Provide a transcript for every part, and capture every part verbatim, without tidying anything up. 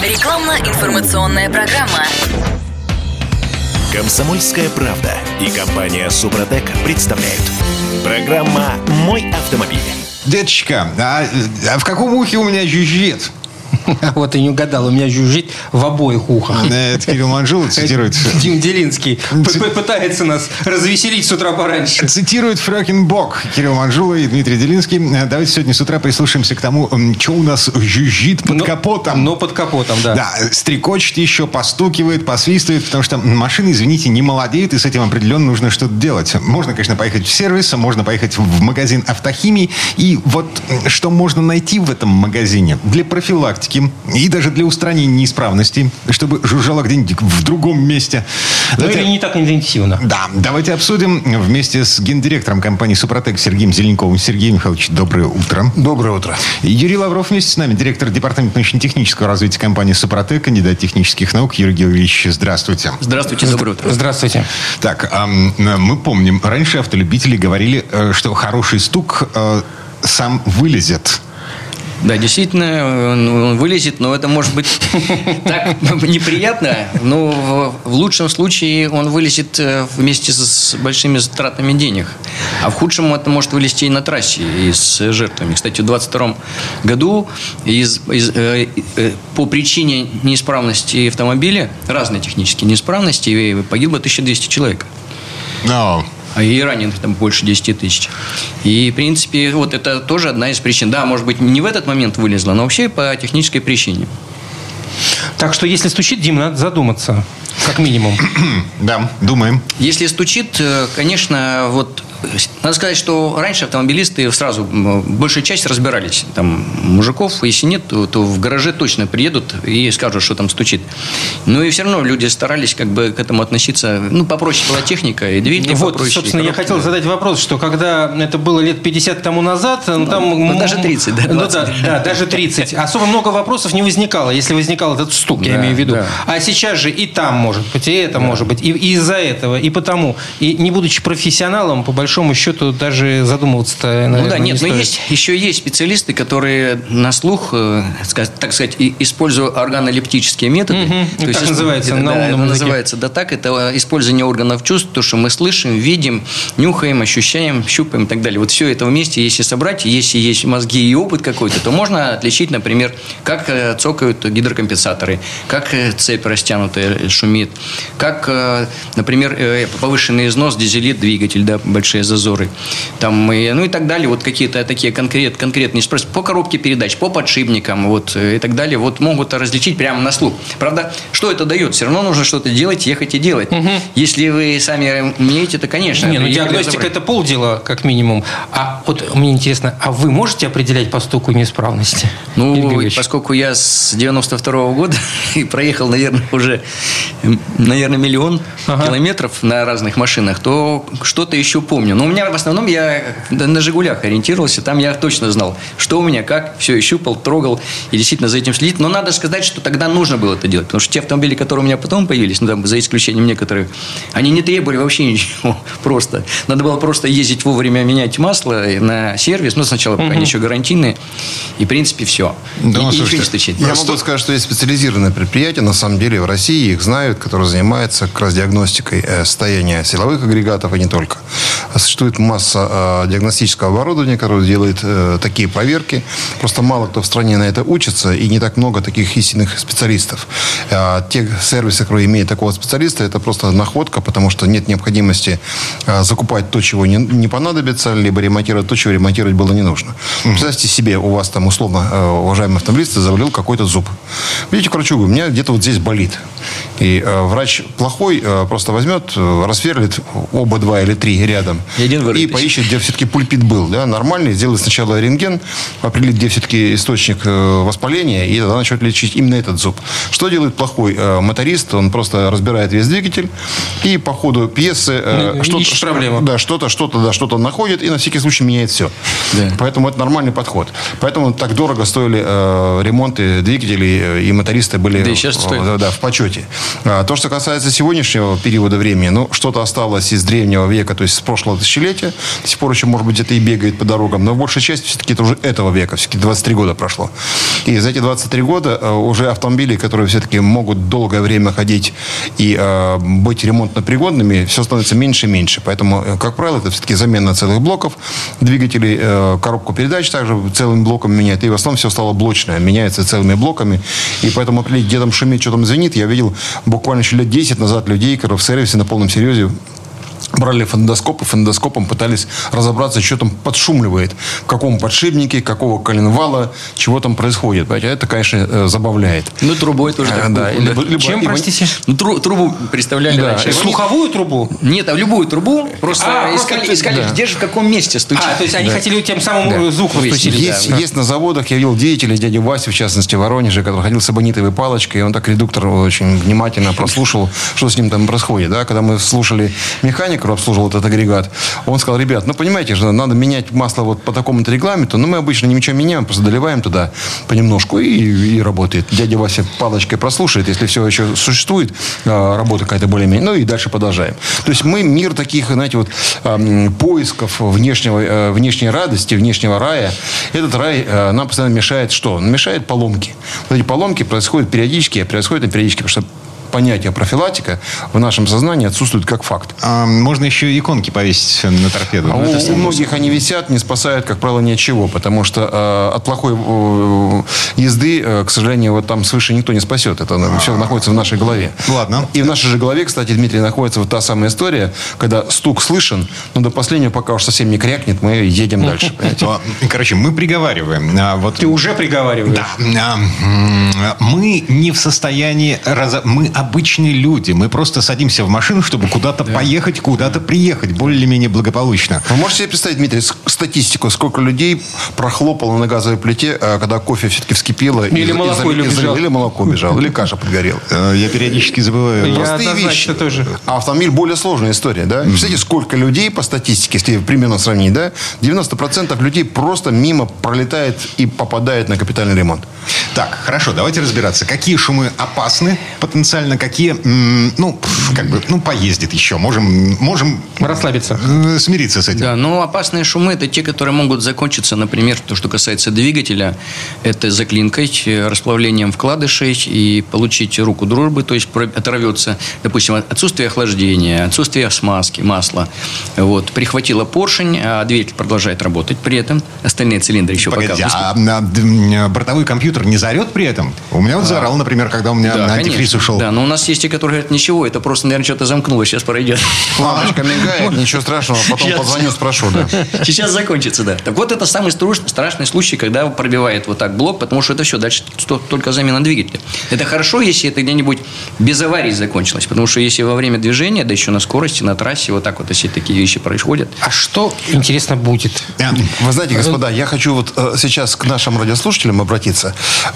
Рекламно-информационная программа. «Комсомольская правда» и компания «Супротек» представляют. Программа «Мой автомобиль». Деточка, а, а в каком ухе у меня жужжит? Вот и не угадал, у меня жужжит в обоих ухах. Это Кирилл Манжулов цитирует. Дим Делинский пытается нас развеселить с утра пораньше. Цитирует Фрёкинбок Кирилл Манжулов и Дмитрий Делинский. Давайте сегодня с утра прислушаемся к тому, что у нас жужжит под но, капотом. Но под капотом, да. Да, стрекочет еще, постукивает, посвистывает, потому что машины, извините, не молодеют, и с этим определенно нужно что-то делать. Можно, конечно, поехать в сервис, можно поехать в магазин автохимии. И вот что можно найти в этом магазине для профилактики и даже для устранения неисправностей, чтобы жужжало где-нибудь в другом месте. Ну давайте... или не так интенсивно. Да, давайте обсудим вместе с гендиректором компании «Супротек» Сергеем Зеленковым. Сергей Михайлович, доброе утро. Доброе утро. Юрий Лавров вместе с нами, директор департамента научно-технического развития компании «Супротек», кандидат технических наук. Юрий Георгиевич, здравствуйте. Здравствуйте, доброе утро. Здравствуйте. Так, мы помним, раньше автолюбители говорили, что хороший стук сам вылезет. Да, действительно, он вылезет, но это может быть так неприятно, но в лучшем случае он вылезет вместе с большими затратами денег. А в худшем это может вылезти и на трассе, и с жертвами. Кстати, в двадцать втором году из, из, э, э, по причине неисправности автомобиля, разные технические неисправности, погибло тысяча двести человек. No. И раненых там больше десяти тысяч. И, в принципе, вот это тоже одна из причин. Да, может быть, не в этот момент вылезла, но вообще по технической причине. Так что, если стучит, Дим, надо задуматься, как минимум. Да, думаем. Если стучит, конечно, вот... Надо сказать, что раньше автомобилисты сразу большая часть разбирались. Там мужиков, если нет, то, то в гараже точно приедут и скажут, что там стучит. Но и все равно люди старались как бы к этому относиться. Ну, попроще была техника, и двигатель вот, попроще. Собственно, я хотел задать вопрос, что когда это было лет пятьдесят тому назад, ну, там... Ну, даже тридцать, да, ну, да, да, даже тридцать. Особо много вопросов не возникало, если возникал этот стук, да, я имею в виду. Да. А сейчас же и там может быть, и это да. может быть, и, и из-за этого, и потому. И не будучи профессионалом, по большому счету, даже задумываться-то, наверное, ну да, нет, не но есть, еще есть специалисты, которые на слух, так сказать, используя органолептические методы. Угу. То так есть, называется, да, на да, умном языке. Называется, да так, это использование органов чувств, то, что мы слышим, видим, нюхаем, ощущаем, щупаем и так далее. Вот все это вместе, если собрать, если есть мозги и опыт какой-то, то можно отличить, например, как цокают гидрокомпенсаторы, как цепь растянутая шумит, как, например, повышенный износ, дизелит, двигатель, да, большие зазоры. Там, и, ну и так далее, вот какие-то такие конкрет, конкретные спросы по коробке передач, по подшипникам, вот, и так далее, вот могут различить прямо на слух. Правда, что это дает? Все равно нужно что-то делать, ехать и делать. Угу. Если вы сами умеете, то, конечно. Не, ну диагностика – это полдела, как минимум. А вот мне интересно, а вы можете определять по стуку неисправности? Ну, поскольку я с девяносто второго года и проехал, наверное, уже, наверное, миллион ага. километров на разных машинах, то что-то еще помню. Но у меня в основном я на «Жигулях» ориентировался. Там я точно знал, что у меня, как. Все, и щупал, трогал. И действительно за этим следить. Но надо сказать, что тогда нужно было это делать. Потому что те автомобили, которые у меня потом появились, ну, там, за исключением некоторых, они не требовали вообще ничего. Просто. Надо было просто ездить вовремя, менять масло на сервис. Ну, сначала пока они еще гарантийные. И, в принципе, все. Да, и, ну, и слушайте, ничего не стучит. Я могу сказать, что есть специализированные предприятия. На самом деле в России их знают, которые занимаются как раз диагностикой состояния силовых агрегатов и не только. Существует масса диагностического оборудования, которое делает э, такие проверки. Просто мало кто в стране на это учится, и не так много таких истинных специалистов. А те сервисы, которые имеют такого специалиста, это просто находка, потому что нет необходимости э, закупать то, чего не, не понадобится, либо ремонтировать то, чего ремонтировать было не нужно. Mm-hmm. Представьте себе, у вас там условно, э, уважаемый автомобилист, заболел какой-то зуб. Видите, к врачу, говорю, у меня где-то вот здесь болит. И э, врач плохой э, просто возьмет, э, расферлит оба два или три рядом и, и поищет, где все-таки пульпит был. Да, нормальный, сделает сначала рентген, определит, где все-таки источник э, воспаления, и тогда начнет лечить именно этот зуб. Что делает плохой э, моторист? Он просто разбирает весь двигатель и по ходу пьесы э, что-то, что, да, что-то, что-то, да, что-то находит и на всякий случай меняет все. Да. Поэтому это нормальный подход. Поэтому так дорого стоили э, ремонты двигателей, и мотористы были да, и сейчас э, да, да, в почете. столетия. То, что касается сегодняшнего периода времени, ну, что-то осталось из древнего века, то есть с прошлого тысячелетия, до сих пор еще, может быть, где-то и бегает по дорогам, но большая часть все-таки это уже этого века, все-таки двадцать три года прошло. И за эти двадцать три года уже автомобили, которые все-таки могут долгое время ходить и э, быть ремонтно-пригодными, все становится меньше и меньше. Поэтому, как правило, это все-таки замена целых блоков двигателей, э, коробку передач также целыми блоками меняет. И в основном все стало блочное, меняется целыми блоками. И поэтому определить, где там шумит, что там звенит, я видел буквально еще лет десять назад людей, которые в сервисе на полном серьезе брали фонендоскоп и фонендоскопом пытались разобраться, что там подшумливает, в каком подшипнике, какого коленвала, чего там происходит. Понимаете? Это, конечно, забавляет. Ну, трубой тоже так. Да. Либо, либо, Чем, либо, простите? Ну, тру, трубу представляли да. раньше. Слуховую трубу? Нет, а любую трубу. Просто а, искали, просто, искали да. где же, в каком месте стучит. А, то есть они да. хотели тем самым да. звук распустить. Есть, да. есть на заводах, я видел деятелей, дядя Вася, в частности, в Воронеже, который ходил с абонитовой палочкой, и он так редуктор очень внимательно прослушал, что с ним там происходит. Да? Когда мы слушали механика, который обслуживал этот агрегат, он сказал: ребят, ну понимаете же, надо менять масло вот по такому-то регламенту, но мы обычно ничего меняем, просто доливаем туда понемножку и, и работает. Дядя Вася палочкой прослушает, если все еще существует, работа какая-то более-менее, ну и дальше продолжаем. То есть мы мир таких, знаете, вот поисков внешнего, внешней радости, внешнего рая. Этот рай нам постоянно мешает что? Он мешает поломки. Вот эти поломки происходят периодически, происходят и периодически, потому что понятие профилактика в нашем сознании отсутствует как факт. А, можно еще иконки повесить на торпеду. А у, у многих они висят, не спасают, как правило, ни от чего. Потому что э, от плохой э, езды, э, к сожалению, вот там свыше никто не спасет. Это э, все находится в нашей голове. Ладно. И в нашей же голове, кстати, Дмитрий, находится вот та самая история, когда стук слышен, но до последнего, пока уж совсем не крякнет, мы едем дальше. Короче, мы приговариваем. Вот. Ты уже приговариваешь. Да. Мы не в состоянии... Мы обычные люди. Мы просто садимся в машину, чтобы куда-то да. поехать, куда-то приехать. Более-менее благополучно. Вы можете себе представить, Дмитрий, статистику, сколько людей прохлопало на газовой плите, когда кофе все-таки вскипело? Или и, молоко и, убежало. Или молоко убежало, или каша подгорела. Я периодически забываю. Я Простые вещи. Тоже. А автомобиль более сложная история, да? Mm-hmm. Представляете, сколько людей, по статистике, если примерно сравнить, да? девяносто процентов людей просто мимо пролетает и попадает на капитальный ремонт. Так, хорошо, давайте разбираться. Какие шумы опасны потенциально, какие, ну, как бы, ну, поездит еще. Можем, можем расслабиться. Смириться с этим. Да, но опасные шумы — это те, которые могут закончиться, например, то, что касается двигателя, это заклинкой, расплавлением вкладышей и получить руку дружбы, то есть оторвется, допустим, отсутствие охлаждения, отсутствие смазки, масла. Вот, прихватило поршень, а двигатель продолжает работать при этом. Остальные цилиндры еще Погоди, пока... А бортовой компьютер не заорет при этом? У меня вот а, заорал, например, когда у меня да, на антифриз конечно. ушел. Да, но у нас есть те, которые говорят: ничего, это просто, наверное, что-то замкнулось, сейчас пройдет. Лампочка мигает, ничего страшного, потом позвоню, спрошу, да. Сейчас закончится, да. Так вот, это самый страшный случай, когда пробивает вот так блок, потому что это все, дальше только замена двигателя. Это хорошо, если это где-нибудь без аварии закончилось, потому что если во время движения, да еще на скорости, на трассе, вот так вот, если такие вещи происходят. А что, интересно, будет? Вы знаете, господа, я хочу вот сейчас к нашим радиослушателям обратиться.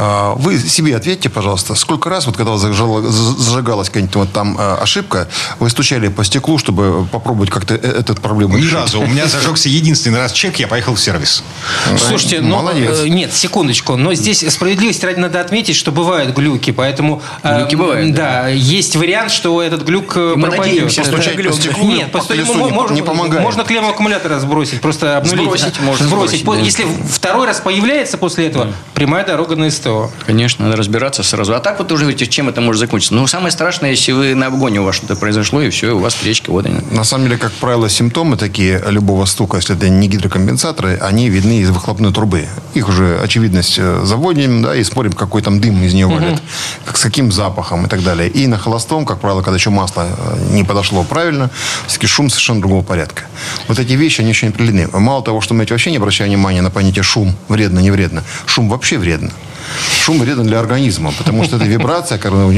Вы себе ответьте, пожалуйста, сколько раз, вот когда у вас зажигалась какая-нибудь вот там ошибка, вы стучали по стеклу, чтобы попробовать как-то эту проблему решить? Ни разу. У меня зажегся единственный раз чек, я поехал в сервис. Слушайте, ну, э, нет, секундочку, но здесь справедливости ради надо отметить, что бывают глюки, поэтому... Э, глюки бывают. Да, да, есть вариант, что этот глюк и пропадет. Постучать по стеклу нет, по колесу не, можно, не помогает. Можно клемму аккумулятора сбросить, просто обнулить. Сбросить можно. Сбросить. Сбросить, да. Если второй раз появляется после этого, да. прямая дорога на СТО. Конечно, надо разбираться сразу. А так вот уже видите, чем это может закончиться. Ну, самое страшное, если вы на обгоне у вас что-то произошло, и все, у вас встречка, вот они. На самом деле, как правило, симптомы такие любого стука, если это не гидрокомпенсаторы, они видны из выхлопной трубы. Их уже очевидность заводим, да, и смотрим, какой там дым из нее валит, угу. как, с каким запахом и так далее. И на холостом, как правило, когда еще масло не подошло правильно, все-таки шум совершенно другого порядка. Вот эти вещи, они очень определены. Мало того, что мы вообще не обращаем внимания на понятие шум, вредно, не вредно. Шум вообще вредно. Шум вреден для организма, потому что это вибрация,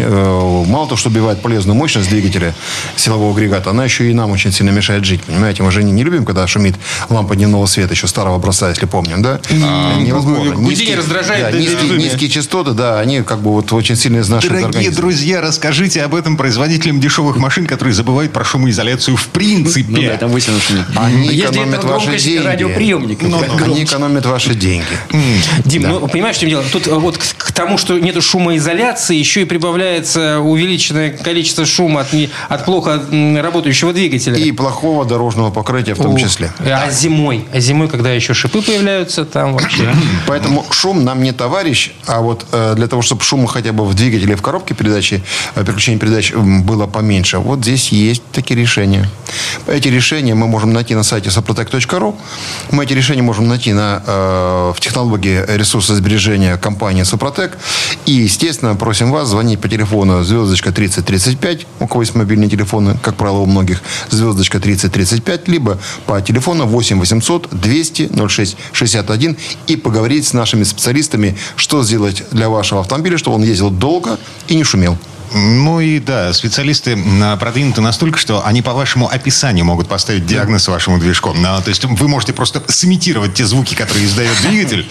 мало того, что убивает полезную мощность двигателя силового агрегата, она еще и нам очень сильно мешает жить. Понимаете, мы же не любим, когда шумит лампа дневного света, еще старого образца, если помним, да? А, невозможно. Низкие, раздражает, да, низкие, низкие частоты, да, они как бы вот очень сильно изнашивают организм. Дорогие друзья, расскажите об этом производителям дешевых машин, которые забывают про шумоизоляцию в принципе. Ну да, там высунут шумит. Они экономят ваши деньги. Радиоприемник. Они экономят ваши деньги. Дим, ну, понимаешь, в чем дело? Тут вот к тому, что нет шумоизоляции, еще и прибавляется увеличенное количество шума от, не, от плохо работающего двигателя. И плохого дорожного покрытия в том О, числе. А зимой? А зимой, когда еще шипы появляются, там вообще... Поэтому шум нам не товарищ, а вот э, для того, чтобы шума хотя бы в двигателе, в коробке передачи, э, переключения передач было поменьше, вот здесь есть такие решения. Эти решения мы можем найти на сайте супротек точка ру. Мы эти решения можем найти на, э, в технологии ресурсосбережения компании «Супротек». И, естественно, просим вас звонить по телефону звездочка тридцать тридцать пять, у кого есть мобильные телефоны, как правило, у многих, звездочка тридцать тридцать пять, либо по телефону восемь восемьсот двести ноль шесть шестьдесят один и поговорить с нашими специалистами, что сделать для вашего автомобиля, чтобы он ездил долго и не шумел. Ну и да, специалисты продвинуты настолько, что они по вашему описанию могут поставить диагноз вашему движку. Ну, то есть вы можете просто сымитировать те звуки, которые издает двигатель.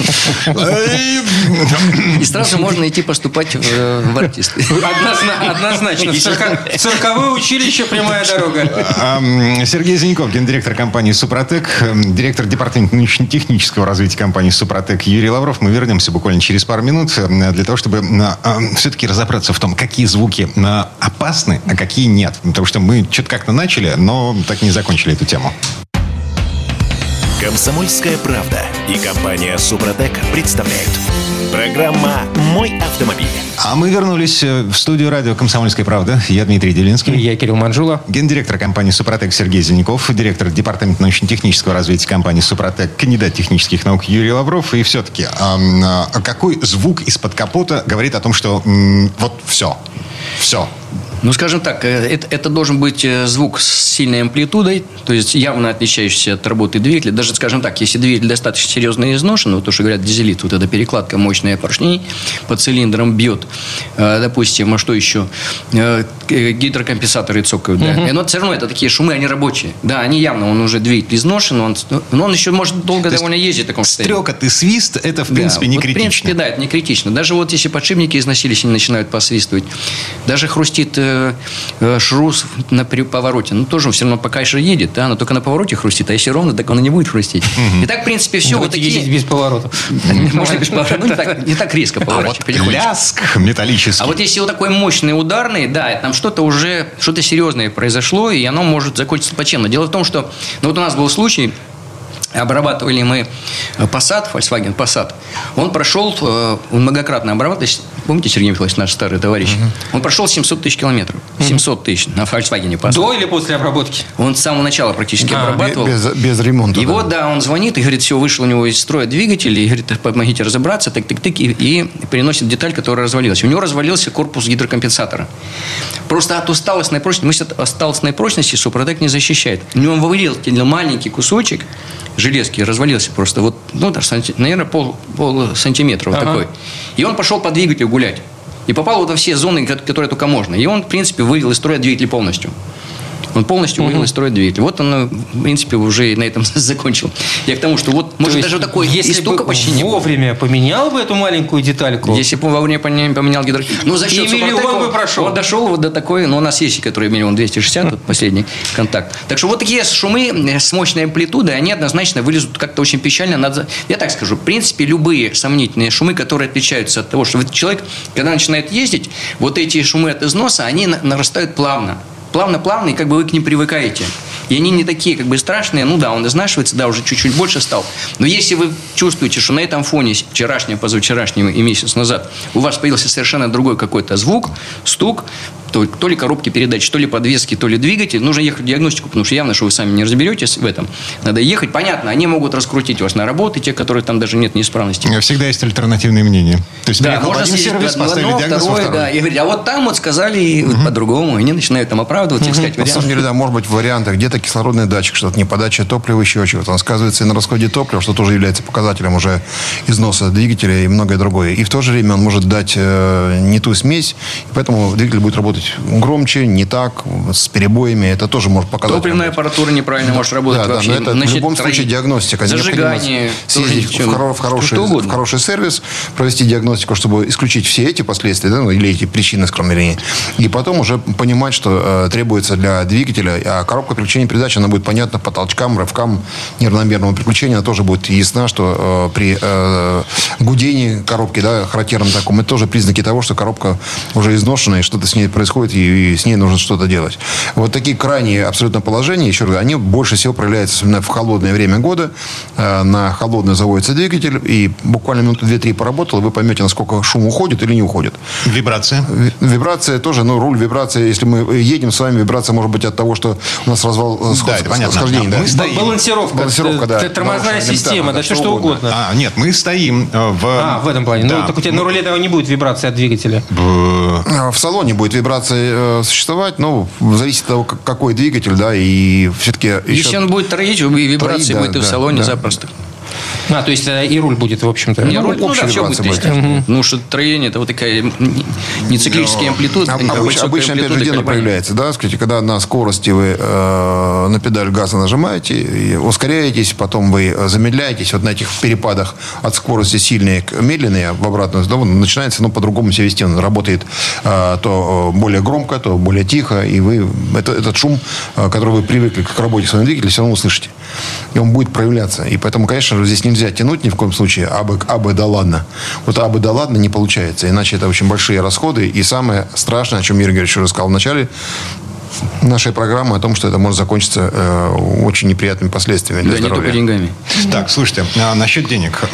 И сразу можно идти поступать в артисты. Однозначно. В цирковое училище «Прямая дорога». Сергей Зиняков, гендиректор компании «Супротек», директор департамента научно-технического развития компании «Супротек» Юрий Лавров. Мы вернемся буквально через пару минут для того, чтобы все-таки разобраться в том, какие звуки опасны, а какие нет. Потому что мы что-то как-то начали, но так и не закончили эту тему. «Комсомольская правда» и компания «Супротек» представляют. Программа «Мой автомобиль». А мы вернулись в студию радио «Комсомольская правда». Я Дмитрий Делинский. Я Кирилл Манжула. Гендиректор компании «Супротек» Сергей Зиняков. Директор департамента научно-технического развития компании «Супротек», кандидат технических наук Юрий Лавров. И все-таки, а, а какой звук из-под капота говорит о том, что м, вот все, все? Ну, скажем так, это, это должен быть звук с сильной амплитудой, то есть явно отличающийся от работы двигателя. Даже, скажем так, если двигатель достаточно серьезно изношен, вот то, что говорят дизелит, вот эта перекладка мощная поршней по цилиндрам бьет, допустим, а что еще? Гидрокомпенсаторы цокают, да. Uh-huh. Но все равно это такие шумы, они рабочие. Да, они явно, он уже двигатель изношен, он, но он еще может долго то довольно ездить в таком состоянии. Стрекот и свист, это, в да, принципе, не вот, критично. В принципе, да, это не критично. Даже вот если подшипники износились, они начинают посвистывать. Даже хрустит шрус на повороте. Ну, тоже все равно пока еще едет, да, но только на повороте хрустит, а если ровно, так он и не будет хрустеть. Угу. И так, в принципе, все вот такие... ездить без поворотов. Можно без поворотов. Ну, не так, не так резко поворачивать. А вот лязг металлический. А вот если вот такой мощный ударный, да, там что-то уже, что-то серьезное произошло, и оно может закончиться плачевно. Дело в том, что, ну, вот у нас был случай, обрабатывали мы Passat, Volkswagen Passat. Он прошел, он многократно обрабатывал. Помните, Сергей Михайлович, наш старый товарищ? Uh-huh. Он прошел семьсот тысяч километров. семьсот тысяч на Volkswagen Passat. До или после обработки? Он с самого начала практически а, обрабатывал. Без, без ремонта. И да. вот, да, он звонит и говорит, все, вышел у него из строя двигатель, и говорит, помогите разобраться, тык-тык-тык, и, и переносит деталь, которая развалилась. У него развалился корпус гидрокомпенсатора. Просто от усталостной прочности, мы от усталостной прочности Супротек не защищает. У него вылетел маленький кусочек железки, развалился просто, вот, ну, даже, наверное, пол, пол сантиметра вот ага. такой. И он пошел по двигателю гулять. И попал вот во все зоны, которые только можно. И он, в принципе, вывел из строя двигатель полностью. Он полностью вывел из строя двигатель. Вот он, в принципе, уже на этом закончил. Я к тому, что вот, может, есть, даже такой если истока бы почти не было. вовремя поменял бы эту маленькую детальку. Если бы вовремя поменял гидро... Ну, за счет и миллион бы прошел. Он дошел вот до такой, ну, у нас есть, которые миллион двести шестьдесят, вот последний контакт. Так что вот такие шумы с мощной амплитудой, они однозначно вылезут как-то очень печально. Надо... Я так скажу, в принципе, любые сомнительные шумы, которые отличаются от того, что человек, когда начинает ездить, вот эти шумы от износа, они нарастают плавно. Плавно-плавно, и как бы вы к ним привыкаете. И они не такие как бы страшные. Ну да, он изнашивается, да, уже чуть-чуть больше стал. Но если вы чувствуете, что на этом фоне вчерашнего, позавчерашнего и месяц назад у вас появился совершенно другой какой-то звук, стук, то, то ли коробки передач, то ли подвески, то ли двигатель, нужно ехать в диагностику, потому что явно, что вы сами не разберетесь в этом. Надо ехать. Понятно, они могут раскрутить вас на работы, те, которые там даже нет неисправности. Всегда есть альтернативные мнения. То есть, да, можно съездить сервис, в одно, второе, да. И говорить, а вот там вот сказали угу. по-другому. И они начинают там оправдываться, угу. сказать, на самом деле, да, может быть, варианты, где-то кислородный датчик, что-то не подача топлива, еще чего-то. Он сказывается и на расходе топлива, что тоже является показателем уже износа двигателя и многое другое. И в то же время он может дать э, не ту смесь, и поэтому двигатель будет работать работать громче, не так, с перебоями. Это тоже может показать. Топливная аппаратура неправильно да. может работать да, вообще. Да, но это Значит, в любом случае диагностика. Зажигание. Съездить в, хоро, в, хороший, в хороший сервис, провести диагностику, чтобы исключить все эти последствия, да, ну, или эти причины скромления. И потом уже понимать, что э, требуется для двигателя. А коробка переключения передач, она будет понятна по толчкам, рывкам неравномерного переключения. Она тоже будет ясна, что э, при э, гудении коробки, да, характерном таком, это тоже признаки того, что коробка уже изношена, и что-то с ней происходит, и, и с ней нужно что-то делать. Вот такие крайние абсолютно положения, еще раз, они больше всего проявляются именно в холодное время года. Э, на холодно заводится двигатель, и буквально минуты две-три поработал, и вы поймете, насколько шум уходит или не уходит. Вибрация? Вибрация тоже, ну, руль, вибрация. Если мы едем с вами, вибрация может быть от того, что у нас развал да, сход, схождения. Да. Да. Балансировка, Балансировка да. Тормозная система, да, да, все что угодно. угодно. А, нет, мы стоим в... А, в этом плане. Да. Ну, так у тебя на руле не будет вибрации от двигателя. В салоне будет вибрация э, существовать, но зависит от того, какой двигатель, да, и все-таки... Если еще... он будет троить, вибрация троить, будет да, и в салоне да, запросто. А, то есть и руль будет, в общем-то. Не, руль, ну, да, все будет, будет. Угу. Ну, что троение, это вот такая не циклическая амплитуда. А, обыч, обычно, опять же, где она проявляется, да? Скажите, когда на скорости вы э, на педаль газа нажимаете, и ускоряетесь, потом вы замедляетесь, вот на этих перепадах от скорости сильной к медленной в обратную сторону, начинается, ну, по-другому себя вести. Он работает э, то более громко, то более тихо, и вы это, этот шум, э, который вы привыкли к работе своего двигателя, все равно услышите. И он будет проявляться. И поэтому, конечно, здесь нельзя тянуть ни в коем случае, абы, абы да ладно. Вот абы да ладно не получается. Иначе это очень большие расходы. И самое страшное, о чем Юрий Георгиевич уже сказал в начале нашей программы, о том, что это может закончиться э, очень неприятными последствиями для да, здоровья. Не только деньгами. Так, слушайте, а, насчет денег.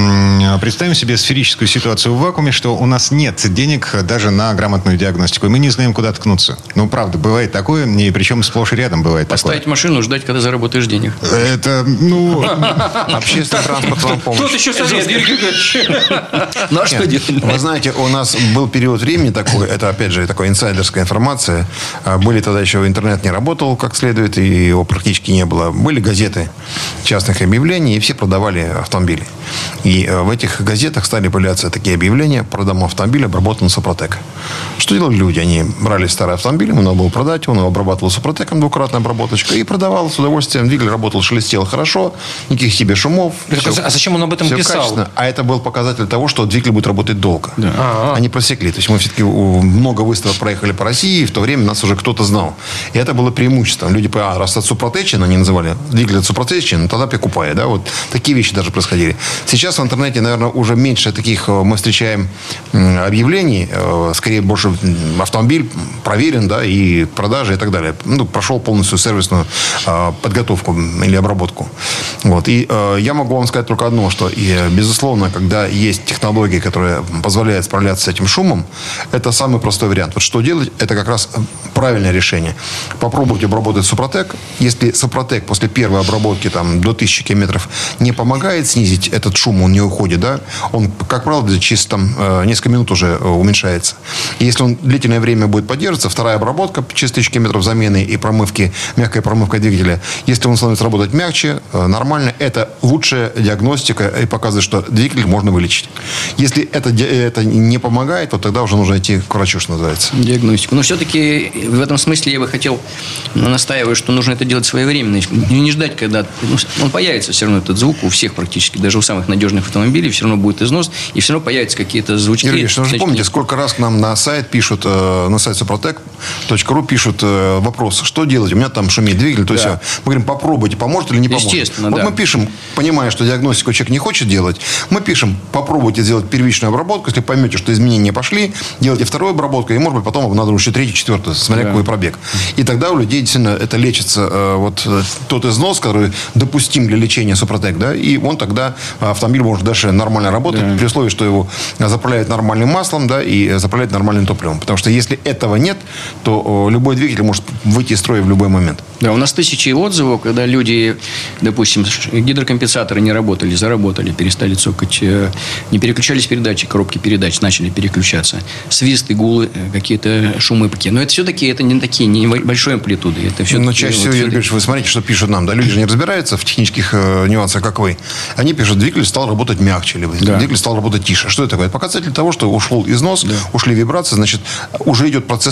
А, представим себе сферическую ситуацию в вакууме, что у нас нет денег даже на грамотную диагностику. И мы не знаем, куда ткнуться. Ну, правда, бывает такое, и причем сплошь и рядом бывает Поставить такое. машину, ждать, когда заработаешь денег. Это, ну... Общественный транспорт вам помощь. Тут еще совет, Юрий Георгиевич. Ну, а что делать? Вы знаете, у нас был период времени такой, это, опять же, такая инсайдерская информация. Были тогда еще интернет не работал как следует, и его практически не было. Были газеты частных объявлений, и все продавали автомобили. И в этих газетах стали появляться такие объявления: продам автомобиль, обработан Супротек. Что делали люди? Они брали старый автомобиль, ему надо было продать, он его обрабатывал Супротеком, двукратная обработочка, и продавал с удовольствием. Двигатель работал, шелестел хорошо, никаких себе шумов. Все, а зачем он об этом писал? А это был показатель того, что двигатель будет работать долго. Да. Они просекли. То есть мы все-таки много выставок проехали по России, и в то время нас уже кто-то знал. И это было преимуществом. Люди, а, раз от супротечен, они называли двигатель от супротечен, тогда покупай. Да? Вот такие вещи даже происходили. Сейчас в интернете, наверное, уже меньше таких мы встречаем объявлений. Скорее, больше автомобиль проверен, да, и продажи и так далее. Ну, прошел полностью сервисную подготовку или обработку. Вот. И э, я могу вам сказать только одно, что, и, безусловно, когда есть технологии, которые позволяют справляться с этим шумом, это самый простой вариант. Вот что делать, это как раз правильное решение. Попробуйте обработать Супротек. Если Супротек после первой обработки там, до тысячи километров не помогает снизить этот шум, он не уходит, да, он, как правило, через там, э, несколько минут уже уменьшается. И если он длительное время будет поддерживаться, вторая обработка через тысячу километров замены и промывки, мягкая промывка двигателя, если он становится работать мягче, э, нормально, это лучшая диагностика и показывает, что двигатель можно вылечить. Если это, это не помогает, то тогда уже нужно идти к врачу, что называется. Диагностику. Но все-таки в этом смысле я бы хотел настаивать, что нужно это делать своевременно. Не ждать, когда он появится, все равно этот звук у всех практически, даже у самых надежных автомобилей, все равно будет износ, и все равно появятся какие-то звучки. Юрий Ильич, ну вы помните, сколько раз к нам на сайт пишут, на сайт супротек точка ру пишут вопрос, что делать? У меня там шумит двигатель, то есть да. Мы говорим, попробуйте, поможет или не поможет. Естественно, вот да. Мы пишем, понимая, что диагностику человек не хочет делать, мы пишем, попробуйте сделать первичную обработку, если поймете, что изменения пошли, делайте вторую обработку, и, может быть, потом надо еще третью, четвертую, смотря да. какой пробег. И тогда у людей действительно это лечится, вот тот износ, который допустим для лечения Супротек, да, и он тогда, автомобиль может дальше нормально работать, да. при условии, что его заправляют нормальным маслом, да, и заправляют нормальным топливом. Потому что если этого нет, то любой двигатель может выйти из строя в любой момент. Да, у нас тысячи отзывов, когда люди, допустим, гидрокомпенсаторы не работали, заработали, перестали цокать, не переключались передачи, коробки передач начали переключаться, свист, гулы, какие-то шумы. Но это все-таки это не такие, не большой амплитуды. Это все. Но чаще всего, вот, Юрий Георгиевич, вы смотрите, что пишут нам. Да, люди же не разбираются в технических э, нюансах, как вы. Они пишут, двигатель стал работать мягче, либо да. двигатель стал работать тише. Что это такое? Это показатель того, что ушел износ, да. ушли вибрации, значит, уже идет процесс восстановления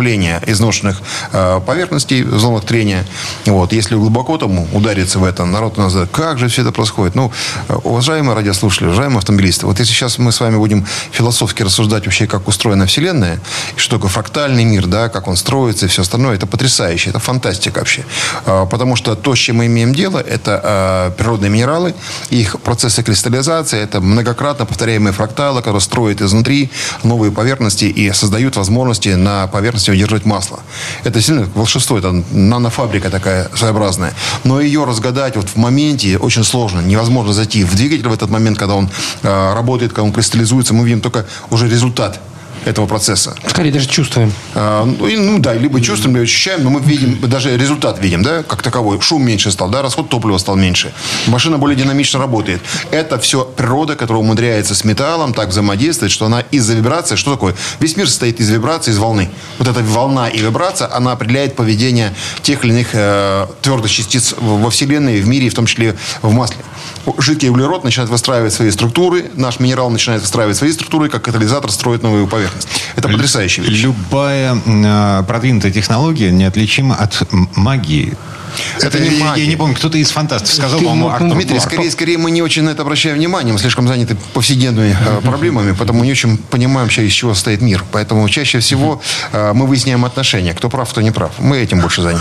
восстановления изношенных э, поверхностей в зонах трения. Вот. Если глубоко там удариться в это, народ у нас говорит, как же все это происходит? Ну, уважаемые радиослушатели, уважаемые автомобилисты, вот если сейчас мы с вами будем философски рассуждать вообще, как устроена Вселенная, и что такое фрактальный мир, да, как он строится и все остальное, это потрясающе, это фантастика вообще. Потому что то, с чем мы имеем дело, это природные минералы, их процессы кристаллизации, это многократно повторяемые фракталы, которые строят изнутри новые поверхности и создают возможности на поверхности удерживать масло. Это сильно волшебство, это нанофабрика такая своеобразная. Но ее разгадать вот в моменте очень сложно. Невозможно зайти в двигатель в этот момент, когда он э, работает, когда он кристаллизуется. Мы видим только уже результат этого процесса. Скорее даже чувствуем. А, ну, и, ну да, либо чувствуем, либо ощущаем, но мы видим, даже результат видим, да, как таковой. Шум меньше стал, да, расход топлива стал меньше. Машина более динамично работает. Это все природа, которая умудряется с металлом так взаимодействовать, что она из-за вибрации, что такое? Весь мир состоит из вибрации, из волны. Вот эта волна и вибрация, она определяет поведение тех или иных э, твердых частиц во Вселенной, в мире, в том числе в масле. Жидкий углерод начинает выстраивать свои структуры, наш минерал начинает выстраивать свои структуры, как катализатор строит новую поверхность. Это потрясающая вещь. Любая э, продвинутая технология неотличима от магии. Это, это не магия. Я не помню, кто-то из фантастов сказал, по-моему, Артур Дмитрий, скорее, скорее мы не очень на это обращаем внимание. Мы слишком заняты повседневными э, проблемами, поэтому не очень понимаем, из чего состоит мир. Поэтому чаще всего э, мы выясняем отношения. Кто прав, кто не прав. Мы этим больше заняты.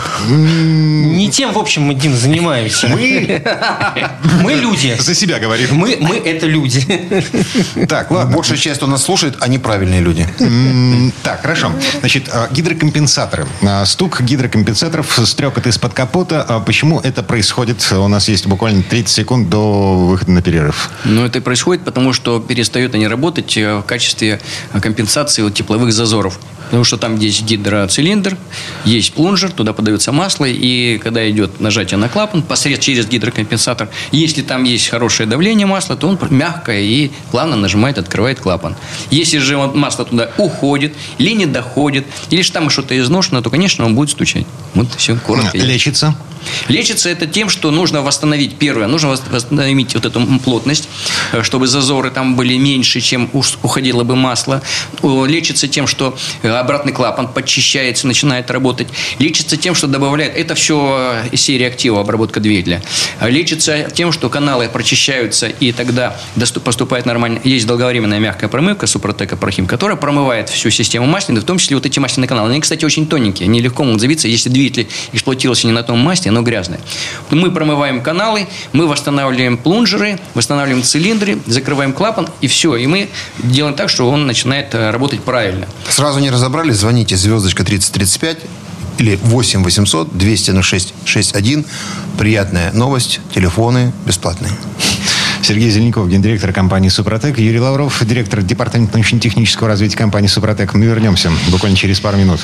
Не тем, в общем, мы, Дим, занимаемся. Мы, мы люди. За себя говорит. Мы, мы это люди. Так, ладно. Большая часть у нас слушает, а неправильные люди. Так, хорошо. Значит, гидрокомпенсаторы. Стук гидрокомпенсаторов, стрекот из-под капота. Почему это происходит? У нас есть буквально тридцать секунд до выхода на перерыв. Ну, это происходит, потому что перестают они работать в качестве компенсации от тепловых зазоров. Потому что там есть гидроцилиндр, есть плунжер, туда подается масло, и когда идет нажатие на клапан, посредством через гидрокомпенсатор, если там есть хорошее давление масла, то он мягкое и плавно нажимает, открывает клапан. Если же масло туда уходит, или не доходит, или же там что-то изношено, то, конечно, он будет стучать. Вот все, коротко. Лечится? Лечится это тем, что нужно восстановить, первое, нужно восстановить вот эту плотность, чтобы зазоры там были меньше, чем уходило бы масло. Лечится тем, что обратный клапан подчищается, начинает работать. Лечится тем, что добавляет, это все из серии актива, обработка двигателя. Лечится тем, что каналы прочищаются, и тогда поступает нормально. Есть долговременная мягкая промывка, Супротек Апрахим, которая промывает всю систему масляной, в том числе вот эти масляные каналы. Они, кстати, очень тоненькие, они легко могут забиться, если двигатель эксплуатировался не на том масле, оно грязное. Мы промываем каналы, мы восстанавливаем плунжеры, восстанавливаем цилиндры, закрываем клапан, и все. И мы делаем так, что он начинает работать правильно. Сразу не разобрались, звоните звездочка тридцать тридцать пять или восемь восемьсот двести шесть шестьдесят один. Приятная новость, телефоны бесплатные. Сергей Зеленков, гендиректор компании «Супротек», Юрий Лавров, директор департамента научно-технического развития компании «Супротек». Мы вернемся буквально через пару минут.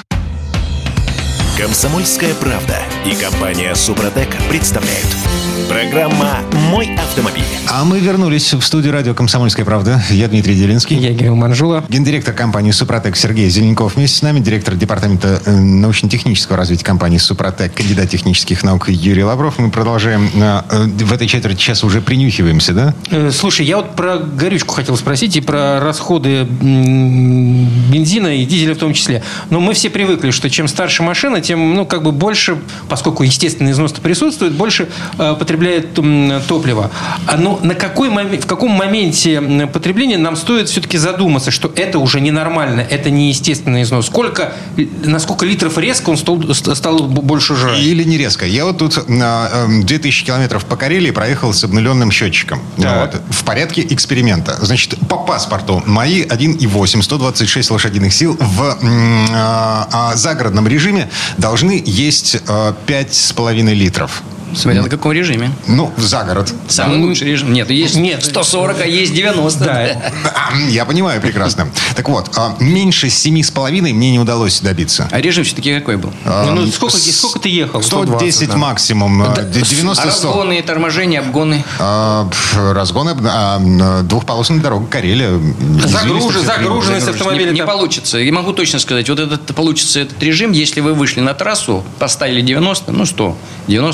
«Комсомольская правда» и компания «Супротек» представляют. Программа «Мой автомобиль». А мы вернулись в студию радио «Комсомольская правда». Я Дмитрий Делинский. Я Гео Манжула. Гендиректор компании «Супротек» Сергей Зеленков вместе с нами. Директор департамента научно-технического развития компании «Супротек», кандидат технических наук Юрий Лавров. Мы продолжаем в этой четверти часа, уже принюхиваемся, да? Слушай, я вот про горючку хотел спросить и про расходы бензина и дизеля в том числе. Но мы все привыкли, что чем старше машина, тем, ну, как бы больше, поскольку естественный износ присутствует, больше э, потребляет э, топлива. А, ну, на какой момент, в каком моменте потребления нам стоит все-таки задуматься, что это уже ненормально, это не естественный износ? Сколько, на сколько литров резко он стал, стал больше жрать? Или не резко. Я вот тут на э, две тысячи километров по Карелии проехал с обнуленным счетчиком. Вот, в порядке эксперимента. Значит, по паспорту мои один и восемь, сто двадцать шесть лошадиных сил в э, э, загородном режиме должны есть э, пять с половиной литров. Смотря на каком режиме. Ну, за город. Самый ну, лучший режим. Нет, есть нет, сто сорок, а есть девяносто. Да. Я понимаю прекрасно. Так вот, меньше семи с половиной мне не удалось добиться. А режим все-таки какой был? Ну, ну сколько, сколько ты ехал? сто десять да. максимум. девяносто сто. А разгоны, торможения, обгоны? А, разгоны, а, двухполосная дорога, Карелия. Загружен, загруженность автомобиля. Не, не получится. Я могу точно сказать, вот этот получится этот режим, если вы вышли на трассу, поставили девяносто, ну сто, девяносто, сто,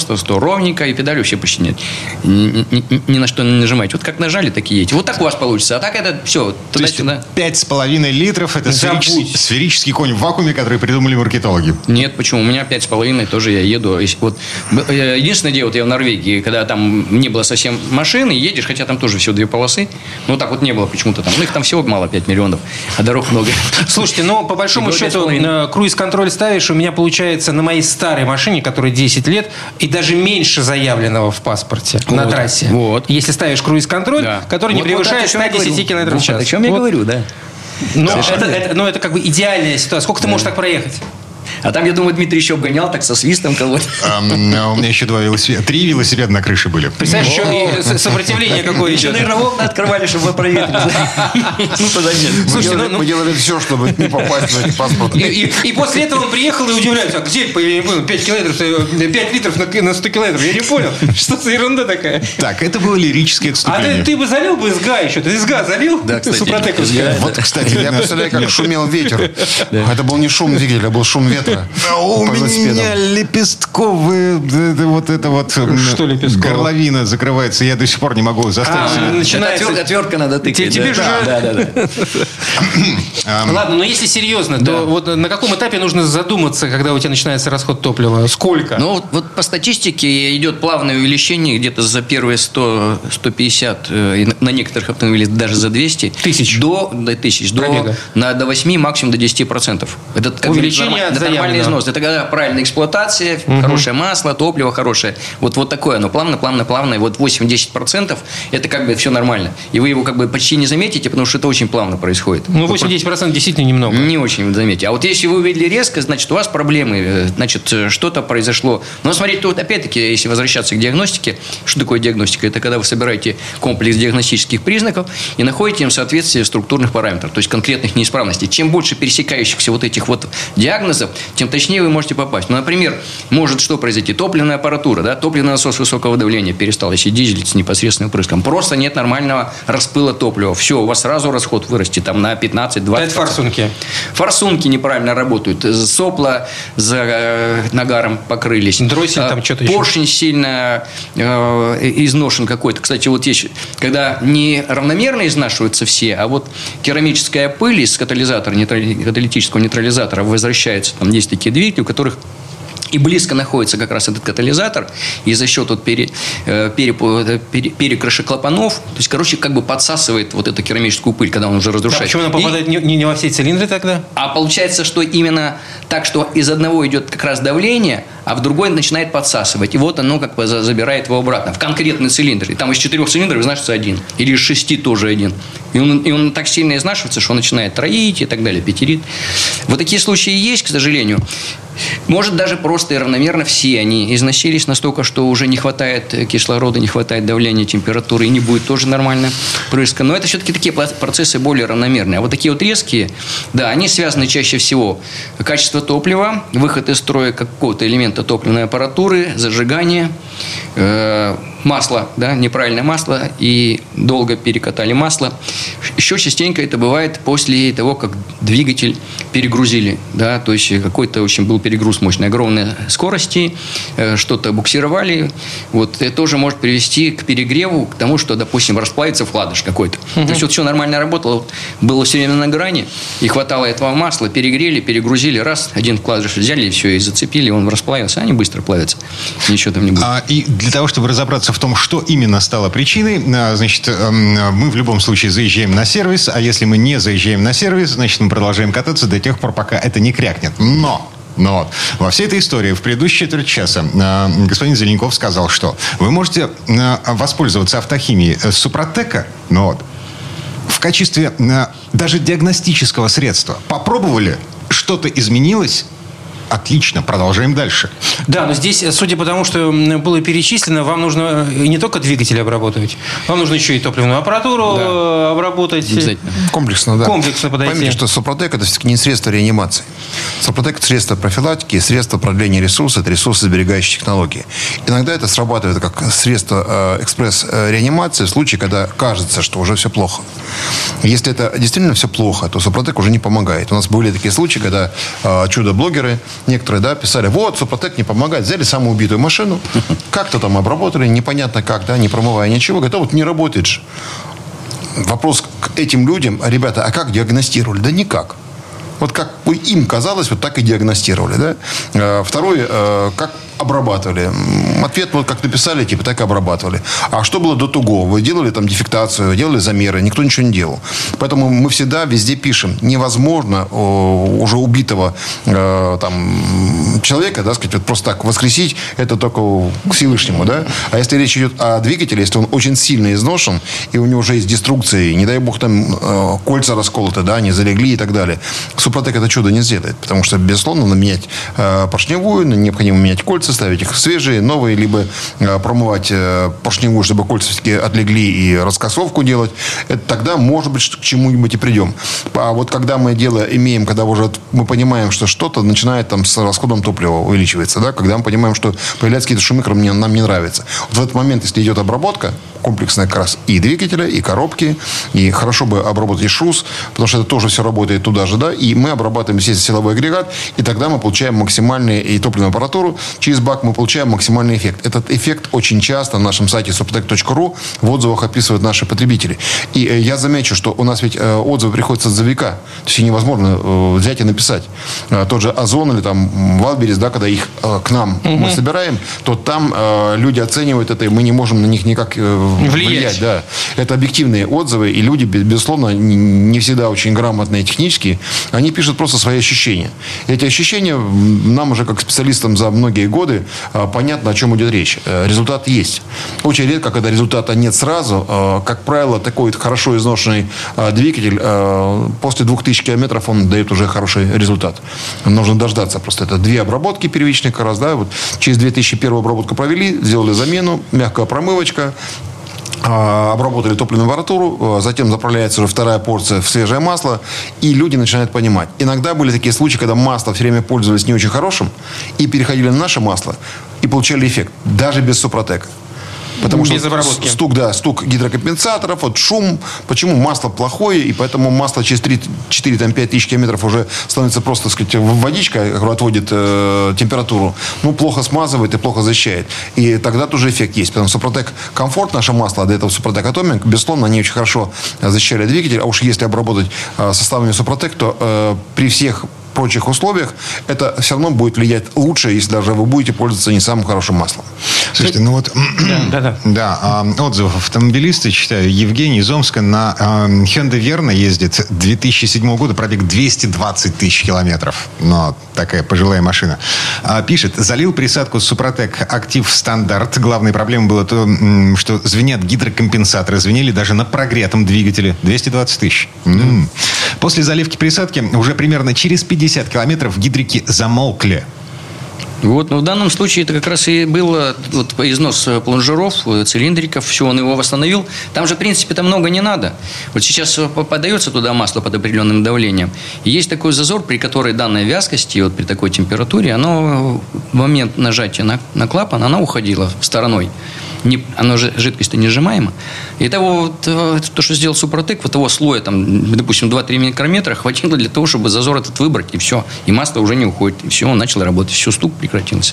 ровненько, и педали вообще почти нет. Ни, ни, ни на что не нажимаете. Вот как нажали, так и едете. Вот так у вас получится. А так это все, туда-сюда. пять с половиной литров – это сферический, сферический конь в вакууме, который придумали маркетологи. Нет, почему? У меня пять с половиной тоже я еду. Вот, единственное дело, вот я в Норвегии, когда там не было совсем машины, едешь, хотя там тоже всего две полосы. Ну, так вот не было почему-то там. Ну, их там всего мало, пять миллионов, а дорог много. Слушайте, ну, по большому счету, круиз-контроль ставишь, у меня получается на моей старой машине, которой десять лет, и даже меньше заявленного в паспорте вот, на трассе. Вот. Если ставишь круиз-контроль, да. который вот, не превышает вот ста десяти километров в час. О чем я вот. говорю, да. Ну, это, это, ну, это как бы идеальная ситуация. Сколько ты да. можешь так проехать? А там, я думаю, Дмитрий еще обгонял так со свистом кого-то. А, у меня еще два велосипеда. Три велосипеда на крыше были. Представляешь, еще и сопротивление какое еще. Наверное, окна открывали, чтобы проветрить. Ну, подожди. Мы делали все, чтобы не попасть в этот паспорт. И после этого он приехал и удивляется. А где, я не понял, пять литров на сто километров? Я не понял. Что за ерунда такая? Так, это было лирическое отступление. А ты бы залил бы СГА еще? Ты СГА залил? Да, кстати. Вот, кстати, я представляю, как шумел ветер. Это был не шум двигателя, это был шум ветра. У меня лепестковые, вот это вот что лепестковое? Горловина закрывается. Я до сих пор не могу заставить себя. Начинается отвертка надо тыкать. Тебе же... Да, да, да. Ладно, но если серьезно, то вот на каком этапе нужно задуматься, когда у тебя начинается расход топлива? Сколько? Ну, вот по статистике идет плавное увеличение где-то за первые сто - сто пятьдесят, на некоторых автомобилях даже за двести. Тысяч. До, до тысяч. До, на, до восьми, максимум до десяти процентов. Это как увеличение от заявленного. Нормальный износ. Это когда правильная эксплуатация, угу. хорошее масло, топливо хорошее. Вот, вот такое оно. Плавно, плавно, плавно. И вот восемь-десять процентов это как бы все нормально. И вы его как бы почти не заметите, потому что это очень плавно происходит. Ну, восемь-десять процентов действительно немного. Не очень заметите. А вот если вы увидели резко, значит, у вас проблемы. Значит, что-то произошло. Но смотрите, тут опять-таки, если возвращаться к диагностике, что такое диагностика? Это когда вы собираете комплекс диагностических признаков и находите им соответствие структурных параметров, то есть конкретных неисправностей. Чем больше пересекающихся вот этих вот диагнозов, тем точнее вы можете попасть. Ну, например, может что произойти? Топливная аппаратура, да, топливный насос высокого давления перестал, если дизель с непосредственным прыском. Просто нет нормального распыла топлива. Все, у вас сразу расход вырастет там на пятнадцать-двадцать. Это форсунки. Форсунки неправильно работают. Сопла за нагаром покрылись. Дроссель там что-то еще. Поршень сильно э, изношен какой-то. Кстати, вот есть, когда не равномерно изнашиваются все, а вот керамическая пыль из катализатора, нейтрали, каталитического нейтрализатора возвращается. Там есть такие двигатели, у которых и близко находится как раз этот катализатор, и за счет вот пере, пере, пере, перекрыша клапанов, то есть, короче, как бы подсасывает вот эту керамическую пыль, когда он уже разрушает. А почему она попадает и, не, не во все цилиндры тогда? А получается, что именно так, что из одного идет как раз давление, а в другой начинает подсасывать. И вот оно как бы забирает его обратно в конкретный цилиндр. И там из четырех цилиндров изнашивается один. Или из шести тоже один. И он, и он так сильно изнашивается, что он начинает троить и так далее, пятерит. Вот такие случаи есть, к сожалению. Может, даже просто и равномерно все они износились настолько, что уже не хватает кислорода, не хватает давления, температуры, и не будет тоже нормально прыска. Но это все-таки такие процессы более равномерные. А вот такие вот резкие, да, они связаны чаще всего качество топлива, выход из строя какого-то элемента топливной аппаратуры, зажигание, э, масло, да, неправильное масло, и долго перекатали масло. Еще частенько это бывает после того, как двигатель перегрузили, да, то есть какой-то очень был перегруз мощный, огромной скорости, э, что-то буксировали. Вот это тоже может привести к перегреву, к тому, что, допустим, расплавится вкладыш какой-то. Угу. То есть вот все нормально работало, было все время на грани, и хватало этого масла, перегрели, перегрузили, раз, один вкладыш взяли, и все, и зацепили, он расплавился, они быстро плавятся. Ничего там не будет. А, и для того, чтобы разобраться в том, что именно стало причиной, значит, мы в любом случае заезжаем на сервис, а если мы не заезжаем на сервис, значит, мы продолжаем кататься до тех пор, пока это не крякнет. Но... Но вот, во всей этой истории в предыдущие четверть часа э, господин Зеленков сказал, что вы можете э, воспользоваться автохимией э, Супротека, но вот, в качестве э, даже диагностического средства. Попробовали, что-то изменилось? Отлично, продолжаем дальше. Да, но здесь, судя по тому, что было перечислено, вам нужно не только двигатель обработать, вам нужно еще и топливную аппаратуру да. обработать. Комплексно, да. Комплексно подойти. Поймите, что Супротек – это все-таки не средство реанимации. Супротек – это средство профилактики, средство продления ресурса, это ресурсосберегающие технологии. Иногда это срабатывает как средство э, экспресс-реанимации в случае, когда кажется, что уже все плохо. Если это действительно все плохо, то Супротек уже не помогает. У нас были такие случаи, когда э, чудо-блогеры некоторые, да, писали: вот, Супротек не помогает, взяли самую убитую машину, как-то там обработали, непонятно как, да, не промывая ничего, говорят: а вот не работает же. Вопрос к этим людям: ребята, а как диагностировали? Да никак. Вот как им казалось, вот так и диагностировали. Да? Второе, как обрабатывали. Ответ, вот как написали, типа, так и обрабатывали. А что было до того? Вы делали там дефектацию, делали замеры, никто ничего не делал. Поэтому мы всегда везде пишем: невозможно уже убитого там человека, да, сказать, вот просто так воскресить, это только к Всевышнему, да? А если речь идет о двигателе, если он очень сильно изношен, и у него уже есть деструкция, не дай бог там кольца расколоты, да, не залегли и так далее, Супротек это чудо не сделает. Потому что, безусловно, надо менять поршневую, необходимо менять кольца, ставить их свежие, новые, либо э, промывать э, поршневую, чтобы кольца все-таки отлегли, и раскосовку делать. Это тогда, может быть, к чему-нибудь и придем. А вот когда мы дело имеем, когда уже мы понимаем, что что-то начинает там с расходом топлива увеличивается, да, когда мы понимаем, что появляются какие-то шумы, которые нам не нравятся. Вот в этот момент, если идет обработка комплексная как раз и двигателя, и коробки, и хорошо бы обработать и ШУС, потому что это тоже все работает туда же, да, и мы обрабатываем, естественно, силовой агрегат, и тогда мы получаем максимальную и топливную аппаратуру, через бак мы получаем максимальный эффект. Этот эффект очень часто на нашем сайте супротек точка ру в отзывах описывают наши потребители. И э, я замечу, что у нас ведь э, отзывы приходят с отзывика, то есть их невозможно э, взять и написать. Э, тот же Озон или там Валберес, да, когда их э, к нам угу. мы собираем, то там э, люди оценивают это, и мы не можем на них никак э, влиять. влиять да. Это объективные отзывы, и люди, безусловно, не всегда очень грамотные технически, они пишут просто свои ощущения. И эти ощущения нам уже, как специалистам за многие годы, понятно, о чем идет речь. Результат есть. Очень редко, когда результата нет сразу. Как правило, такой хорошо изношенный двигатель после двух тысяч километров он дает уже хороший результат. Нужно дождаться просто. Это две обработки первичных как раз. Да? Вот через две тысячи первую обработку провели, сделали замену, мягкая промывочка, обработали топливную аппаратуру, затем заправляется уже вторая порция в свежее масло, и люди начинают понимать. Иногда были такие случаи, когда масло все время пользовались не очень хорошим, и переходили на наше масло, и получали эффект, даже без Супротека. Потому без что обработки. Стук, да, стук гидрокомпенсаторов, вот шум. Почему масло плохое, и поэтому масло через три-четыре-пять тысяч километров уже становится просто, так сказать, водичка, которая отводит э, температуру. Ну, плохо смазывает и плохо защищает. И тогда тоже эффект есть. Потому что Супротек Комфорт, наше масло, а до этого Супротек Атомик, безусловно, они очень хорошо защищали двигатель. А уж если обработать э, составами Супротек, то э, при всех прочих условиях это все равно будет влиять лучше, если даже вы будете пользоваться не самым хорошим маслом. Слушайте, ну вот да, да, да. да отзывов автомобилиста, читаю, Евгений из Омска на Hyundai Verna ездит две тысячи седьмого года, пробег двести двадцать тысяч километров. Но такая пожилая машина. Пишет: залил присадку Супротек Актив Стандарт. Главной проблемой было то, что звенят гидрокомпенсаторы. Звенели даже на прогретом двигателе. двести двадцать тысяч. М-м. После заливки присадки уже примерно через пятьдесят километров гидрики замолкли. Вот, но в данном случае это как раз и было вот, износ плунжеров, цилиндриков, все, он его восстановил. Там же, в принципе-то, много не надо. Вот сейчас подается туда масло под определенным давлением. И есть такой зазор, при которой данной вязкости, вот при такой температуре, оно в момент нажатия на, на клапан, она уходила стороной. Не, оно же, жидкость-то не сжимаема. И того, вот, то, что сделал Супротек, вот того слоя, там, допустим, два-три микрометра, хватило для того, чтобы зазор этот выбрать, и все. И масло уже не уходит. И все, он начал работать. Все, стук прекратился.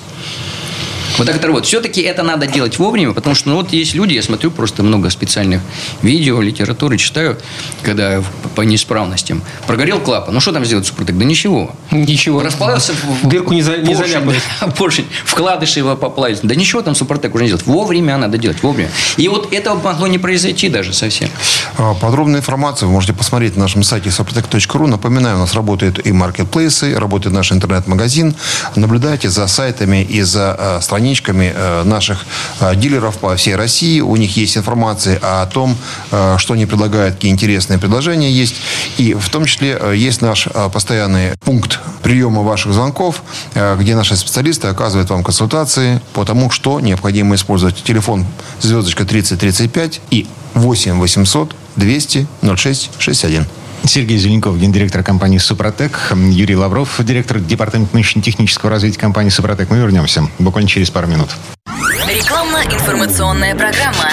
Вот так это работает. Все-таки это надо делать вовремя, потому что ну, вот есть люди, я смотрю просто много специальных видео, литературы читаю, когда по неисправностям. Прогорел клапан. Ну, что там сделать Супротек? Да ничего. Ничего. Расплавился в дырку не, за, не заляпать. Да, поршень, вкладыши его поплавить. Да ничего там Супротек уже не сделать. Вовремя надо делать, вовремя. И вот этого могло не произойти даже совсем. Подробную информацию вы можете посмотреть на нашем сайте супротек точка ру. Напоминаю, у нас работают и маркетплейсы, работает наш интернет-магазин. Наблюдайте за сайтами и за страницами наших дилеров по всей России. У них есть информация о том, что они предлагают, какие интересные предложения есть. И в том числе есть наш постоянный пункт приема ваших звонков, где наши специалисты оказывают вам консультации по тому, что необходимо использовать. Телефон звездочка тридцать тридцать пять и восемь восемьсот двести ноль шесть шестьдесят один. Сергей Зеленков, гендиректор компании «Супротек», Юрий Лавров, директор департамента научно-технического развития компании «Супротек». Мы вернемся буквально через пару минут. Рекламно-информационная программа.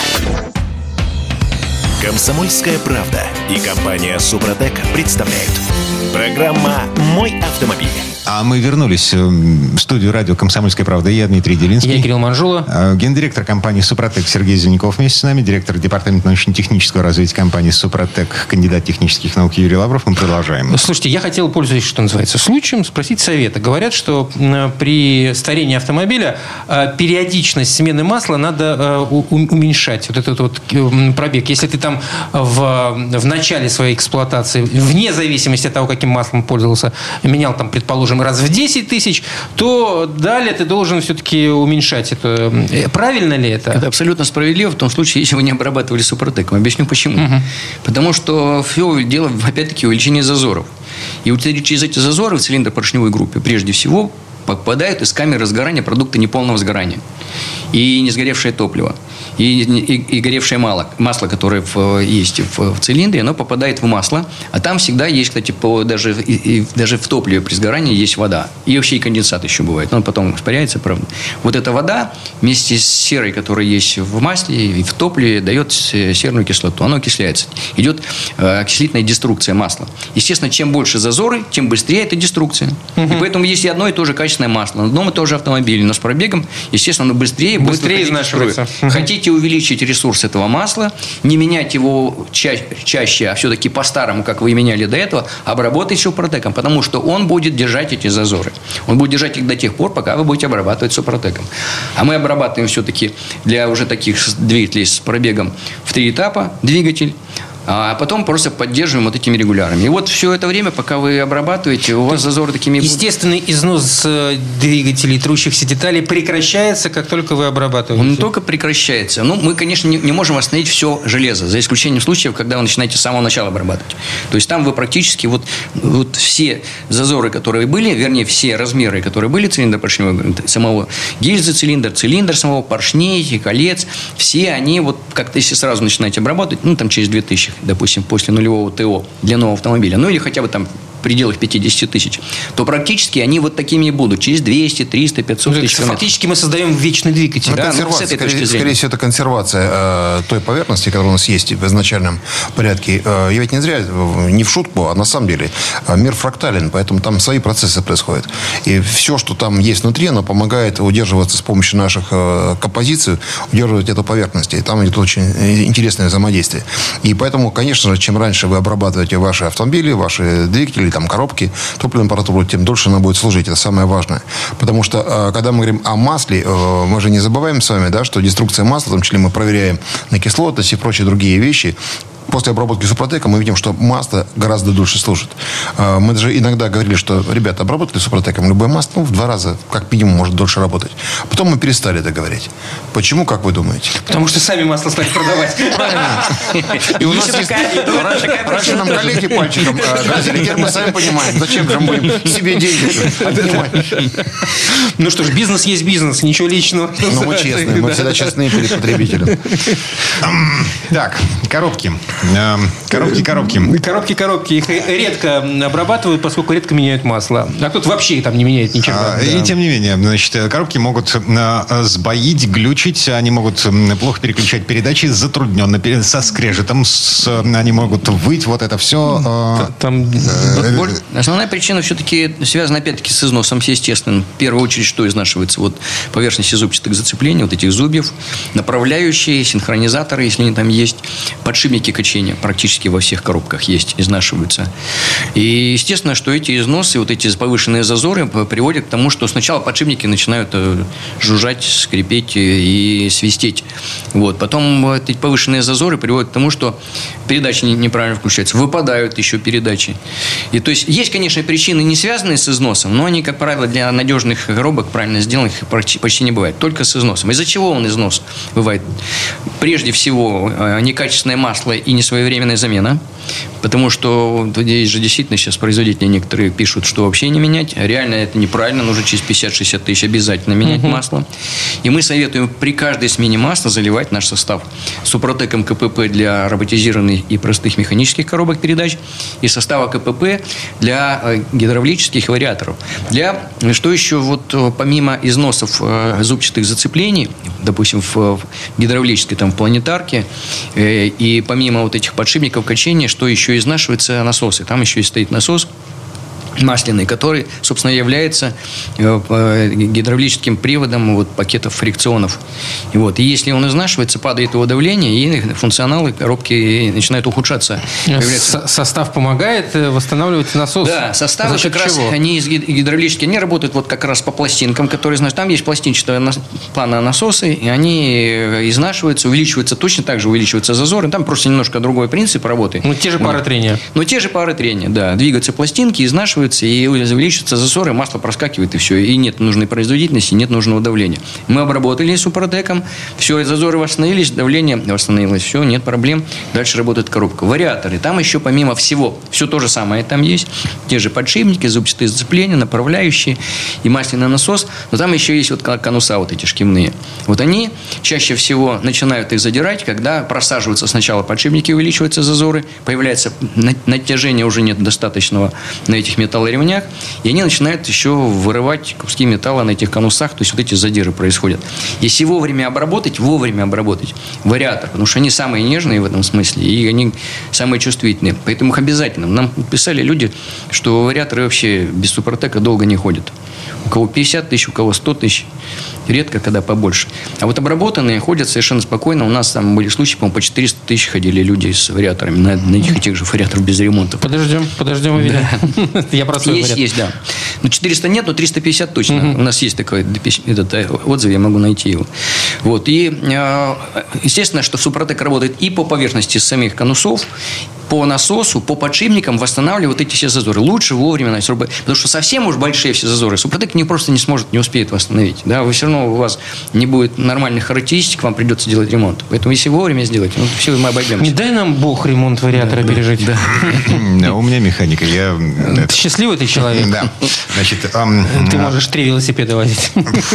«Комсомольская правда» и компания «Супротек» представляют. Программа «Мой автомобиль». А мы вернулись в студию радио «Комсомольская правда». Я Дмитрий Делинский. Я Кирилл Манжула. Гендиректор компании «Супротек» Сергей Зеленков вместе с нами. Директор департамента научно-технического развития компании «Супротек», кандидат технических наук Юрий Лавров. Мы продолжаем. Слушайте, я хотел, пользуясь, что называется, случаем, спросить совета. Говорят, что при старении автомобиля периодичность смены масла надо уменьшать. Вот этот вот пробег. Если ты там в, в начале своей эксплуатации, вне зависимости от того, каким маслом пользовался, менял там, предположим, раз в десять тысяч, то далее ты должен все-таки уменьшать это. Правильно ли это? Это абсолютно справедливо в том случае, если вы не обрабатывали супротеком. Объясню почему. Угу. Потому что все дело, опять-таки, увеличение зазоров. И вот через эти зазоры в цилиндропоршневой группе прежде всего попадают из камеры сгорания продукты неполного сгорания. И не сгоревшее топливо. И, и, и горевшее мало, масло, которое в, есть в, в цилиндре, оно попадает в масло. А там всегда есть, кстати, по, даже, и, и, даже в топливе при сгорании есть вода. И вообще и конденсат еще бывает. Но он потом испаряется, правда. Вот эта вода вместе с серой, которая есть в масле и в топливе, дает серную кислоту. Оно окисляется. Идет э, окислительная деструкция масла. Естественно, чем больше зазоры, тем быстрее эта деструкция. Угу. И поэтому есть и одно и то же качественное масло. На одном и том же автомобиле, но с пробегом, естественно, оно быстрее, быстрее изнашивается. Угу. Хотите увеличить ресурс этого масла, не менять его ча- чаще, а все-таки по-старому, как вы меняли до этого, обработать супротеком, потому что он будет держать эти зазоры. Он будет держать их до тех пор, пока вы будете обрабатывать супротеком. А мы обрабатываем все-таки для уже таких двигателей с пробегом в три этапа двигатель, а потом просто поддерживаем вот этими регулярами. И вот все это время, пока вы обрабатываете, у вас зазоры такими будут. Естественный износ двигателей, трущихся деталей прекращается, как только вы обрабатываете. Он не только прекращается. Ну, мы, конечно, не, не можем остановить все железо, за исключением случаев, когда вы начинаете с самого начала обрабатывать. То есть там вы практически вот, вот все зазоры, которые были, вернее, все размеры, которые были цилиндра поршневого, самого гильзы цилиндра, цилиндр самого, поршней, колец, все они вот как-то, если сразу начинаете обрабатывать, ну, там через две тысячи, допустим, после нулевого ТО для нового автомобиля, ну или хотя бы там в пределах пятьдесят тысяч, то практически они вот такими и будут. Через двести, триста, пятьсот тысяч километров. Фактически мы создаем вечный двигатель. Ну, да, консервация, ну, с этой скорее, точки зрения. Скорее всего, это консервация э, той поверхности, которая у нас есть в изначальном порядке. Э, я ведь не зря, не в шутку, а на самом деле мир фрактален, поэтому там свои процессы происходят. И все, что там есть внутри, оно помогает удерживаться с помощью наших э, композиций, удерживать эту поверхность. И там идет очень интересное взаимодействие. И поэтому, конечно же, чем раньше вы обрабатываете ваши автомобили, ваши двигатели, там, коробки, топливную аппаратуру, тем дольше она будет служить. Это самое важное. Потому что, когда мы говорим о масле, мы же не забываем с вами, да, что деструкция масла, в том числе мы проверяем на кислотность и прочие другие вещи. После обработки супротеком мы видим, что масло гораздо дольше служит. Мы даже иногда говорили, что, ребята, обработали супротеком любое масло, ну, в два раза, как минимум, может дольше работать. Потом мы перестали это говорить. Почему, как вы думаете? Потому что сами масло стали продавать. Правильно. И у нас есть... Раньше нам коллеги пальчиком грозили. Теперь мы сами понимаем, зачем же мы будем себе деньги отнимать. Ну что ж, бизнес есть бизнес, ничего личного. Но мы честные, мы всегда честные перед потребителем. Так, коробки. Коробки, коробки. Коробки-коробки. Их редко обрабатывают, поскольку редко меняют масло. А кто-то вообще там не меняет ничего. А, да. И тем не менее, значит, коробки могут сбоить, глючить, они могут плохо переключать передачи, затрудненно, со скрежетом, с, они могут выть, вот это все. Там... Основная причина все-таки связана, опять-таки, с износом естественным. В первую очередь, что изнашивается? Вот поверхности зубчатых зацеплений, вот этих зубьев, направляющие, синхронизаторы, если они там есть, подшипники качения практически во всех коробках есть, изнашиваются. И естественно, что эти износы, вот эти повышенные зазоры приводят к тому, что сначала подшипники начинают жужжать, скрипеть и свистеть. Вот. Потом эти повышенные зазоры приводят к тому, что передачи неправильно включаются, выпадают еще передачи. И то есть есть, конечно, причины, не связанные с износом, но они, как правило, для надежных коробок, правильно сделанных, почти не бывает. Только с износом. Из-за чего он износ бывает? Прежде всего, некачественное масло и и несвоевременная замена. Потому что здесь же действительно сейчас производители некоторые пишут, что вообще не менять. Реально это неправильно. Нужно через пятьдесят-шестьдесят тысяч обязательно менять uh-huh. масло. И мы советуем при каждой смене масла заливать наш состав Супротеком КПП для роботизированных и простых механических коробок передач и состава КПП для гидравлических вариаторов. Для, что еще, вот помимо износов зубчатых зацеплений, допустим, в гидравлической, там, в планетарке, и помимо вот этих подшипников качения, что еще изнашиваются насосы. Там еще и стоит насос масляный, который, собственно, является гидравлическим приводом вот, пакетов фрикционов. И, вот, и если он изнашивается, падает его давление, и функционалы коробки начинают ухудшаться. Появляется... Состав помогает восстанавливать насос? Да, составы как раз, они гидравлические, они работают вот как раз по пластинкам, которые, значит, там есть пластинчатые плана насосы, и они изнашиваются, увеличиваются, точно так же увеличиваются зазоры. Там просто немножко другой принцип работы. Ну, те же пары трения. Ну, те же пары трения, да. Двигаются пластинки, изнашиваются, и увеличиваются засоры, масло проскакивает, и все. И нет нужной производительности, нет нужного давления. Мы обработали Супротеком, все, зазоры восстановились, давление восстановилось, все, нет проблем. Дальше работает коробка. Вариаторы. Там еще помимо всего, все то же самое там есть. Те же подшипники, зубчатые зацепления, направляющие и масляный насос. Но там еще есть вот конуса вот эти шкивные. Вот они чаще всего начинают их задирать, когда просаживаются сначала подшипники, увеличиваются зазоры, появляется натяжение уже нет достаточного на этих металлах, металлоремнях, и они начинают еще вырывать куски металла на этих конусах, то есть вот эти задиры происходят. Если вовремя обработать, вовремя обработать вариатор, потому что они самые нежные в этом смысле, и они самые чувствительные. Поэтому их обязательно. Нам писали люди, что вариаторы вообще без Супротека долго не ходят. У кого пятьдесят тысяч, у кого сто тысяч. Редко, когда побольше. А вот обработанные ходят совершенно спокойно. У нас там были случаи, по-моему, по четыреста тысяч ходили люди с вариаторами на, на этих и тех же вариаторах без ремонта. Подождем, подождем и видим. Я просто есть, есть, да. Ну, четыреста нет, но триста пятьдесят точно. Uh-huh. У нас есть такой этот отзыв, я могу найти его. Вот. И, естественно, что Супротек работает и по поверхности самих конусов, по насосу, по подшипникам восстанавливать вот эти все зазоры. Лучше вовремя, потому что совсем уж большие все зазоры Супротек не, просто не сможет, не успеет восстановить. Да? Вы все равно, у вас не будет нормальных характеристик, вам придется делать ремонт. Поэтому если вовремя сделать, ну, все, мы обойдемся. Не дай нам Бог ремонт вариатора да, пережить. Да. Да, у меня механика. Я... Счастливый ты человек. Да. Значит, ты можешь три велосипеда возить.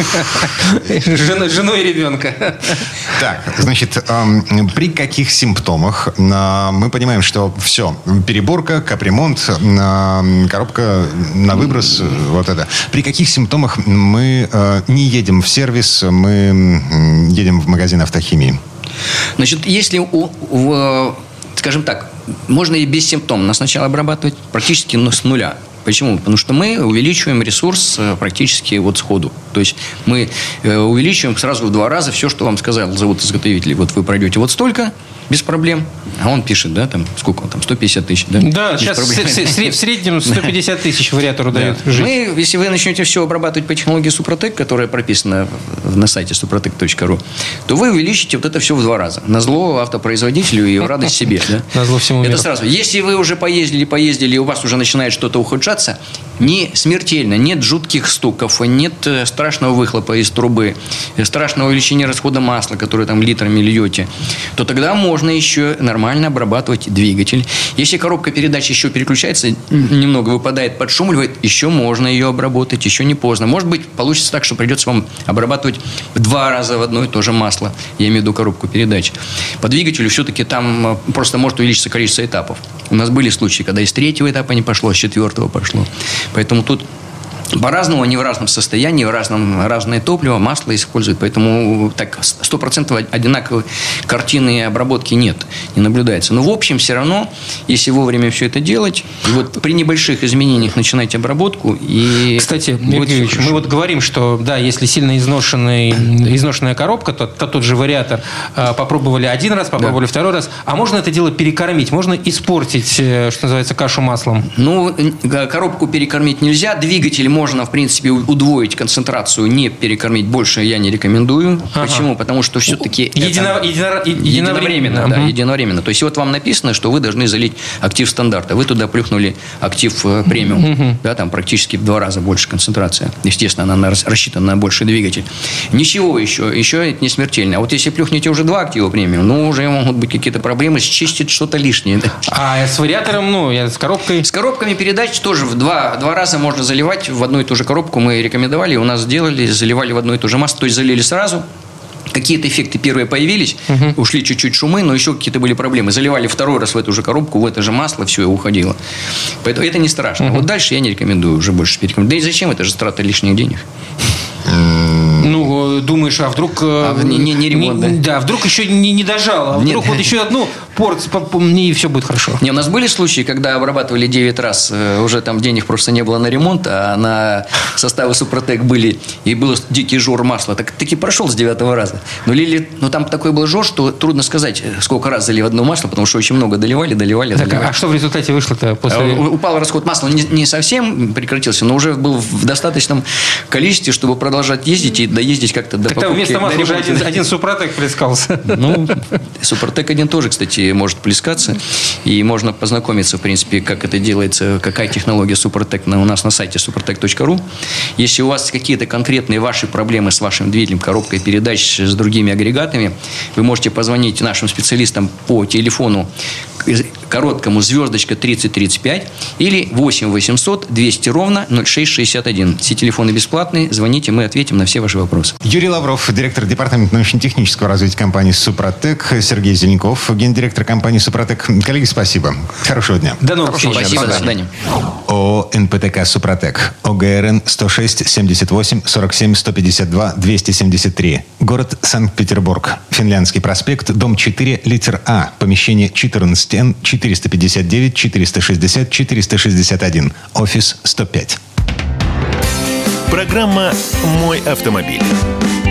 Жену и ребенка. Так, значит, при каких симптомах мы понимаем, что все, переборка, капремонт, коробка на выброс, вот это. При каких симптомах мы не едем в сервис, мы едем в магазин автохимии? Значит, если, у, у, скажем так, можно и без симптомов, но сначала обрабатывать практически с нуля. Почему? Потому что мы увеличиваем ресурс практически вот сходу. То есть мы увеличиваем сразу в два раза все, что вам сказал завод-изготовитель. Вот вы пройдете вот столько, без проблем. А он пишет, да, там, сколько он там, сто пятьдесят тысяч, да? Да, без сейчас в среднем сто пятьдесят тысяч вариатору дают жить. Мы, если вы начнете все обрабатывать по технологии Супротек, которая прописана на сайте супротек точка ру, то вы увеличите вот это все в два раза. Назло автопроизводителю и в радость себе. Да? Назло всему миру. Это сразу. Если вы уже поездили, поездили, и у вас уже начинает что-то ухудшаться, не смертельно, нет жутких стуков, нет страшного выхлопа из трубы, страшного увеличения расхода масла, которое там литрами льете, то тогда можно еще нормально обрабатывать двигатель. Если коробка передач еще переключается, немного выпадает, подшумливает, еще можно ее обработать, еще не поздно. Может быть, получится так, что придется вам обрабатывать в два раза в одно и то же масло. Я имею в виду коробку передач. По двигателю все-таки там просто может увеличиться количество этапов. У нас были случаи, когда из третьего этапа не пошло, а с четвертого пошло. Поэтому тут по-разному, они в разном состоянии, в разном, разное топливо, масло используют. Поэтому так сто процентов одинаковой картины обработки нет, не наблюдается. Но в общем все равно, если вовремя все это делать, вот при небольших изменениях начинайте обработку. И кстати, Евгений, мы вот говорим, что да, если сильно изношенный, изношенная коробка, то, то тот же вариатор э, попробовали один раз, попробовали да. второй раз. А можно это дело перекормить? Можно испортить, э, что называется, кашу маслом? Ну, коробку перекормить нельзя, двигатель можно, в принципе, удвоить концентрацию, не перекормить больше я не рекомендую. Ага. Почему? Потому что все-таки... Едино, это... едино, единовременно. Единовременно, угу. да, единовременно. То есть вот вам написано, что вы должны залить актив стандарта. Вы туда плюхнули актив премиум. Угу. Да, там практически в два раза больше концентрация. Естественно, она рассчитана на больший двигатель. Ничего еще. Еще это не смертельно. А вот если плюхнете уже два актива премиум, ну, уже могут быть какие-то проблемы, счистить что-то лишнее. Да. А с вариатором, ну, с коробкой? С коробками передач тоже в два, два раза можно заливать в одну и ту же коробку. Мы рекомендовали, у нас сделали, заливали в одно и то же масло. То есть залили сразу. Какие-то эффекты первые появились, угу. ушли чуть-чуть шумы, но еще какие-то были проблемы. Заливали второй раз в эту же коробку, в это же масло, все, и уходило. Поэтому это не страшно. Угу. Вот дальше я не рекомендую уже больше перекомендовать. Да и зачем? Это же трата лишних денег. Ну, думаешь, а вдруг... А, не, не, не ремонт, не, да? Да, вдруг еще не, не дожал, а вдруг Нет. вот еще одну порцию, и все будет хорошо. Не, у нас были случаи, когда обрабатывали девять раз, уже там денег просто не было на ремонт, а на составы Супротек были, и был дикий жор масла. Так таки прошел с девятого раза. Но лили, ну там такой был жор, что трудно сказать, сколько раз залили одно масло, потому что очень много доливали, доливали, так, доливали. А что в результате вышло-то после... Упал расход масла, не, не совсем прекратился, но уже был в достаточном количестве, чтобы продолжать ездить и доездить как-то до так покупки. Вместо масла уже один, один Супротек плескался. Ну, Супротек один тоже, кстати, может плескаться. И можно познакомиться, в принципе, как это делается, какая технология Супротек у нас на сайте супротек точка ру. Если у вас какие-то конкретные ваши проблемы с вашим двигателем, коробкой передач, с другими агрегатами, вы можете позвонить нашим специалистам по телефону короткому звездочка тридцать тридцать пять или восемь восемьсот двести ровно ноль шесть шестьдесят один. Все телефоны бесплатные. Звоните, мы ответим на все ваши вопросы. Юрий Лавров, директор департамента научно-технического развития компании «Супротек», Сергей Зеленков, гендиректор компании «Супротек». Коллеги, спасибо. Хорошего дня. До новых встреч. Спасибо, до свидания. ООО «эн пэ тэ ка «Супротек». ОГРН сто шесть семьдесят восемь сорок семь сто пятьдесят два двести семьдесят три. Город Санкт-Петербург. Финляндский проспект, дом четыре, литер А. Помещение четырнадцать эн четыреста пятьдесят девять четыреста шестьдесят четыреста шестьдесят один. Офис сто пять. Программа «Мой автомобиль».